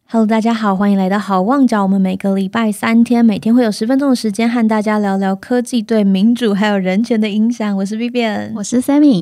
Hello， 大家好，欢迎来到好旺角。我们每个礼拜3天，每天会有10分钟的时间和大家聊聊科技对民主还有人权的影响。我是 Vivian， 我是 Sammy。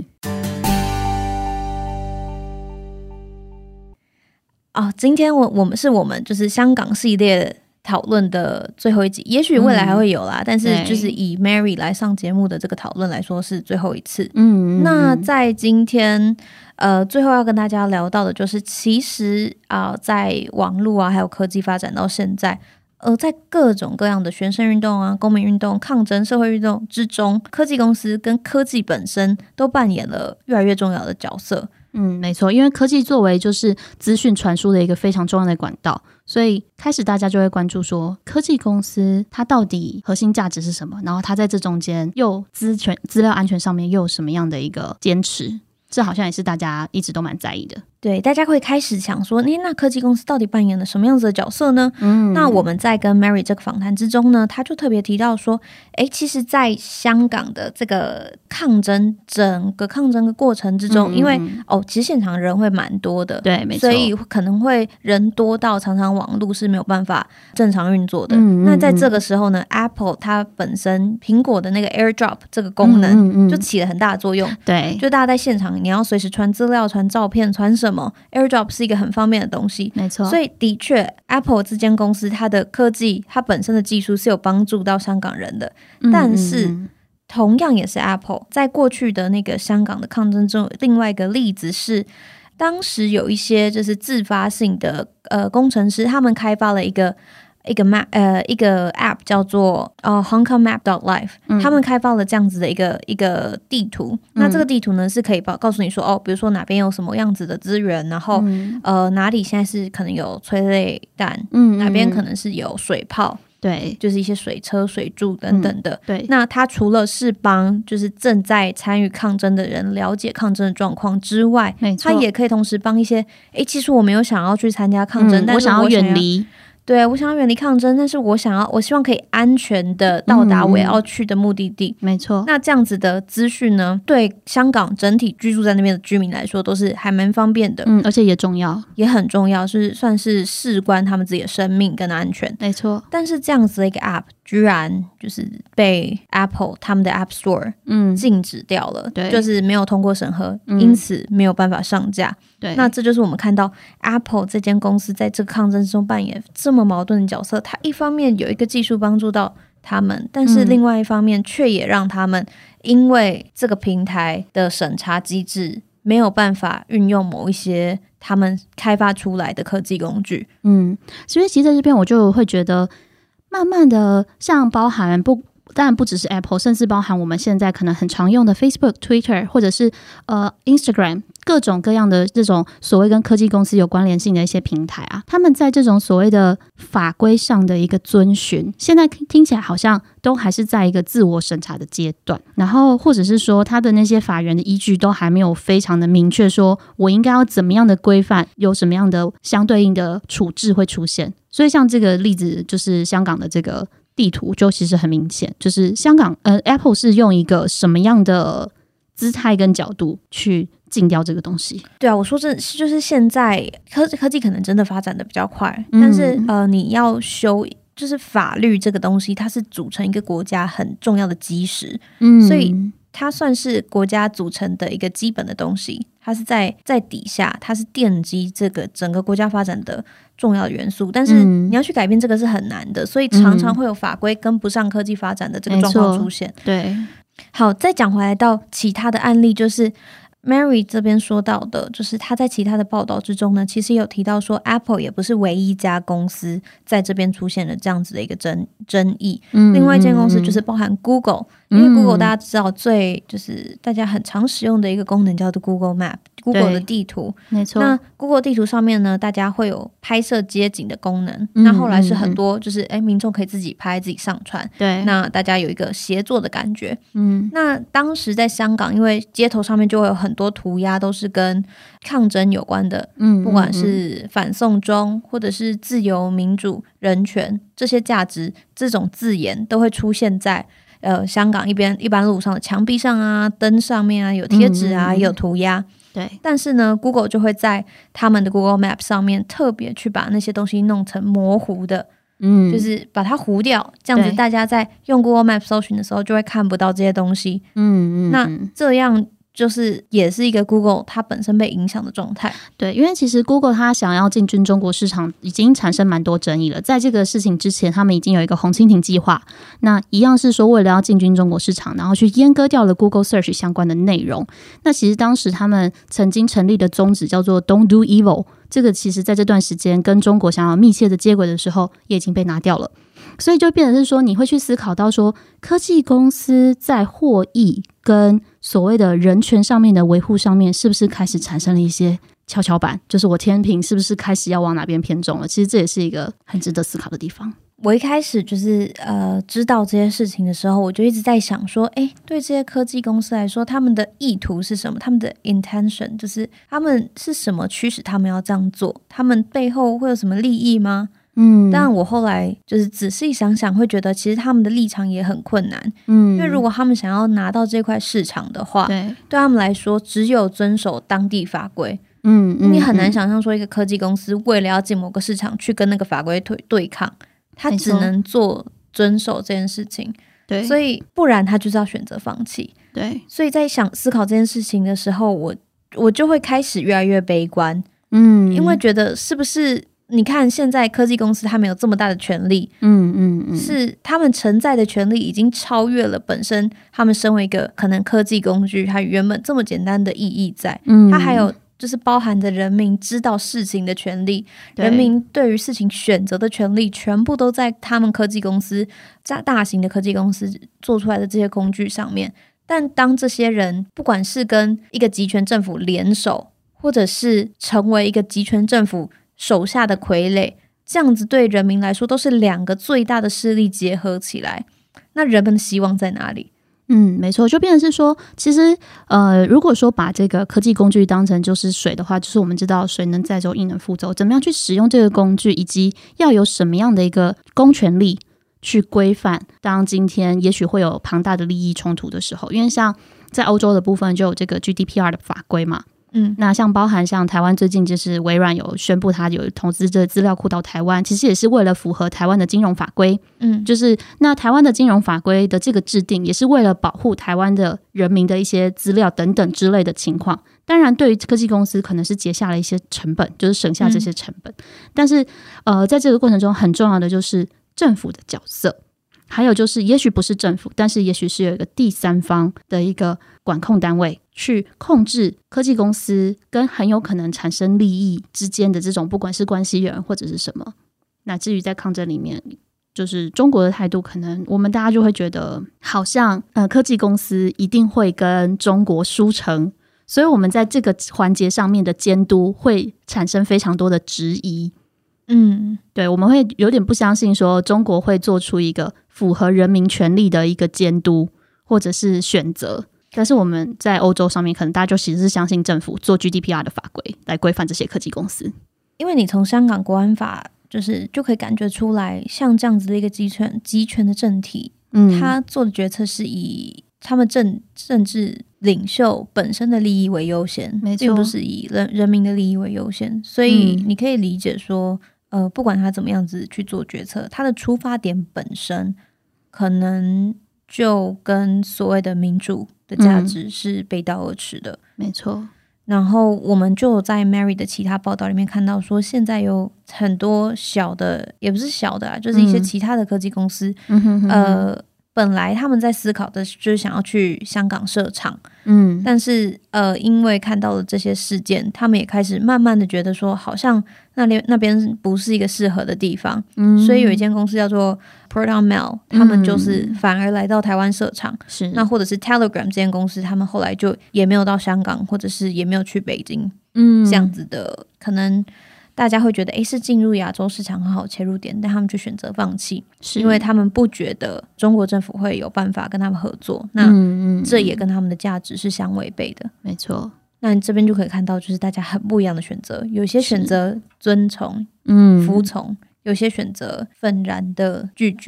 今天我们就是香港系列讨论的最后一集，也许未来还会有啦，但是就是以 Mary 来上节目的这个讨论来说是最后一次。那在今天最后要跟大家聊到的就是其实在网络还有科技发展到现在，在各种各样的学生运动公民运动、抗争、社会运动之中，科技公司跟科技本身都扮演了越来越重要的角色。 没错，因为科技作为就是资讯传输的一个非常重要的管道，所以开始大家就会关注说科技公司它到底核心价值是什么，然后它在这中间又资料安全上面又有什么样的一个坚持，这好像也是大家一直都蛮在意的。 对，大家会开始想说那科技公司到底扮演了什么样子的角色呢？那我们在跟 Mary 这个访谈之中呢，他就特别提到说其实在香港的这个整个抗争的过程之中，因为其实现场人会蛮多的， 对，没错， 所以可能会人多到常常网络是没有办法正常运作的。那在这个时候呢 Apple 它本身苹果的那个 AirDrop 这个功能就起了很大的作用。 对， 就大家在现场你要随时传资料、传照片、传什么，AirDrop 是一个很方便的东西， 没错。 所以的确 Apple 这间公司它的科技它本身的技术是有帮助到香港人的，但是同样也是 Apple 在过去的那个香港的抗争中，另外一个例子是当时有一些就是自发性的工程师，他们开发了一个 app 叫做Hong Kong Map.life，他们开发了这样子的一个地图。那这个地图呢是可以告诉你说比如说哪边有什么样子的资源，然后哪里现在是可能有催泪弹，哪边可能是有水泡， 对， 就是一些水车、水柱等等的。 对， 那它除了是帮就是正在参与抗争的人了解抗争的状况之外，它也可以同时帮一些其实我没有想要去参加抗争，但是我想要远离。 对，我想要远离抗争，但是我希望可以安全的到达我要去的目的地。 没错。 那这样子的资讯呢，对香港整体居住在那边的居民来说都是还蛮方便的。 而且也重要， 也很重要，是算是事关他们自己的生命跟安全。 没错。但是这样子的一个 app 居然就是被 Apple 他们的 App Store 禁止掉了，就是没有通过审核，因此没有办法上架。 对， 那这就是我们看到 Apple 这间公司在这个抗争中扮演这么矛盾的角色。它一方面有一个技术帮助到他们，但是另外一方面却也让他们因为这个平台的审查机制没有办法运用某一些他们开发出来的科技工具。 所以其实在这边我就会觉得慢慢的像包含当然不只是 Apple， 甚至包含我们现在可能很常用的 Facebook、Twitter 或者是Instagram， 各种各样的这种所谓跟科技公司有关联性的一些平台他们在这种所谓的法规上的一个遵循，现在听起来好像都还是在一个自我审查的阶段，然后或者是说他的那些法源的依据都还没有非常的明确，说我应该要怎么样的规范，有什么样的相对应的处置会出现。所以像这个例子就是香港的这个地图就其实很明显，就是香港Apple 是用一个什么样的姿态跟角度去禁掉这个东西。 对啊，我说这就是现在科技可能真的发展的比较快，但是你要修就是法律这个东西，它是组成一个国家很重要的基石，所以它算是国家组成的一个基本的东西，它是在底下，它是奠基这个整个国家发展的重要的元素，但是你要去改变这个是很难的，所以常常会有法规跟不上科技发展的这个状况出现。 对， 好，再讲回来到其他的案例，就是Mary 这边说到的，就是他在其他的报道之中呢，其实有提到说 Apple 也不是唯一一家公司在这边出现了这样子的一个争议。另外一间公司就是包含 Google，因为 Google 大家知道就是大家很常使用的一个功能叫做 Google Map。Google 的地图， 没错。 那 Google 地图上面呢，大家会有拍摄街景的功能。那后来是很多就是民众可以自己拍自己上传。 对， 那大家有一个协作的感觉。那当时在香港，因为街头上面就会有很多涂鸦，都是跟抗争有关的。不管是反送中，或者是自由、民主、人权这些价值，这种字眼都会出现在香港一般路上的墙壁上啊、灯上面啊有贴纸啊，也有涂鸦。 对， 但是呢 Google 就会在他们的 Google Map 上面特别去把那些东西弄成模糊的，就是把它糊掉，这样子大家在用 Google Map 搜寻的时候就会看不到这些东西。那这样就是也是一个 Google 它本身被影响的状态。 对，因为其实 Google 它想要进军中国市场已经产生蛮多争议了，在这个事情之前他们已经有一个红蜻蜓计划，那一样是说为了要进军中国市场，然后去阉割掉了 Google Search 相关的内容。那其实当时他们曾经成立的宗旨叫做 Don't Do Evil， 这个其实在这段时间跟中国想要密切的接轨的时候也已经被拿掉了。所以就变成是说，你会去思考到说，科技公司在获益跟所谓的人权上面的维护上面，是不是开始产生了一些跷跷板？就是我天平是不是开始要往哪边偏重了？其实这也是一个很值得思考的地方。 我一开始就是知道这些事情的时候，我就一直在想说，对这些科技公司来说，他们的意图是什么？他们的 intention 就是他们是什么驱使他们要这样做？他们背后会有什么利益吗？但我后来就是仔细想想，会觉得其实他们的立场也很困难。因为如果他们想要拿到这块市场的话，对他们来说，只有遵守当地法规。你很难想象说一个科技公司为了要进某个市场去跟那个法规对抗，他只能做遵守这件事情。对，所以不然他就是要选择放弃。对，所以在思考这件事情的时候，我就会开始越来越悲观。因为觉得是不是你看现在科技公司他们有这么大的权利，是他们承载的权利已经超越了本身他们身为一个可能科技工具它原本这么简单的意义在。它还有就是包含着人民知道事情的权利，人民对于事情选择的权利，全部都在他们科技公司大型的科技公司做出来的这些工具上面。但当这些人不管是跟一个集权政府联手，或者是成为一个集权政府手下的傀儡，这样子对人民来说都是两个最大的势力结合起来，那人们的希望在哪里？ 没错，就变成是说，其实如果说把这个科技工具当成就是水的话，就是我们知道水能载舟亦能覆舟，怎么样去使用这个工具，以及要有什么样的一个公权力去规范，当今天也许会有庞大的利益冲突的时候，因为像在欧洲的部分就有这个 GDPR 的法规嘛。那像包含像台湾最近就是微软有宣布它有投资这资料库到台湾，其实也是为了符合台湾的金融法规。就是那台湾的金融法规的这个制定也是为了保护台湾的人民的一些资料等等之类的情况。当然对于科技公司可能是节下了一些成本，就是省下这些成本。但是在这个过程中很重要的就是政府的角色，还有就是也许不是政府，但是也许是有一个第三方的一个管控单位去控制科技公司跟很有可能产生利益之间的这种不管是关系人或者是什么。那至于在抗争里面，就是中国的态度，可能我们大家就会觉得好像科技公司一定会跟中国输成，所以我们在这个环节上面的监督会产生非常多的质疑。对，我们会有点不相信说中国会做出一个符合人民权利的一个监督或者是选择。但是我们在欧洲上面可能大家就其实是相信政府做 GDPR 的法规来规范这些科技公司。 因为你从香港国安法就可以感觉出来，像这样子的一个集权的政体，他做的决策是以他们政治领袖本身的利益为优先，并不是以人民的利益为优先。所以你可以理解说不管他怎么样子去做决策，他的出发点本身可能就跟所谓的民主的价值是背道而驰的。 没错。 然后我们就在 Mary 的其他报道里面看到说，现在有很多小的，也不是小的就是一些其他的科技公司，本来他们在思考的就是想要去香港设厂，但是因为看到了这些事件，他们也开始慢慢的觉得说，好像那边不是一个适合的地方，所以有一间公司叫做 Proton Mail，他们就是反而来到台湾设厂。是，那或者是 Telegram 这间公司，他们后来就也没有到香港，或者是也没有去北京，这样子的可能。大家会觉得是进入亚洲市场很好切入点，但他们却选择放弃，因为他们不觉得中国政府会有办法跟他们合作，那这也跟他们的价值是相违背的。 没错。 那你这边就可以看到就是大家很不一样的选择，有些选择遵从服从，有些选择愤然的拒绝。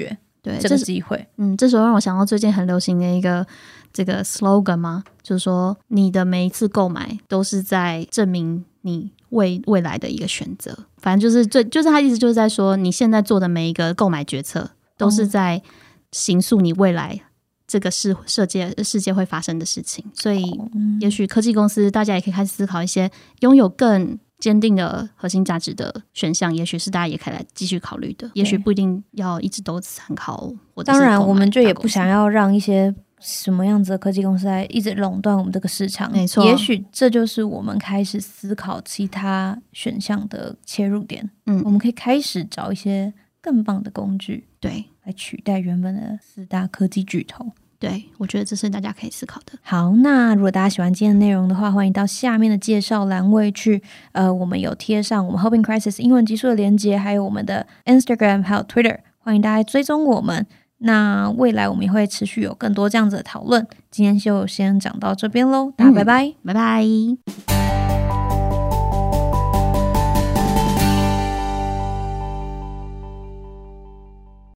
这个机会。 这时候让我想到最近很流行的一个这个 slogan 嘛，就是说你的每一次购买都是在证明你未来的一个选择。反正就是他意思就是在说，你现在做的每一个购买决策都是在形塑你未来这个世界会发生的事情。所以也许科技公司大家也可以开始思考一些拥有更坚定的核心价值的选项，也许是大家也可以来继续考虑的，也许不一定要一直都参考或者是。 当然我们就也不想要让一些什么样子的科技公司来一直垄断我们这个市场， 没错， 也许这就是我们开始思考其他选项的切入点。我们可以开始找一些更棒的工具， 对， 来取代原本的4大科技巨头。 对，我觉得这是大家可以思考的。 好，那如果大家喜欢今天的内容的话，欢迎到下面的介绍栏位去我们有贴上我们 Hope in Crisis 英文集数的连结，还有我们的 Instagram 还有 Twitter， 欢迎大家追踪我们。那未来我们也会持续有更多这样子的讨论。今天就先讲到这边咯，大家拜拜， 拜拜。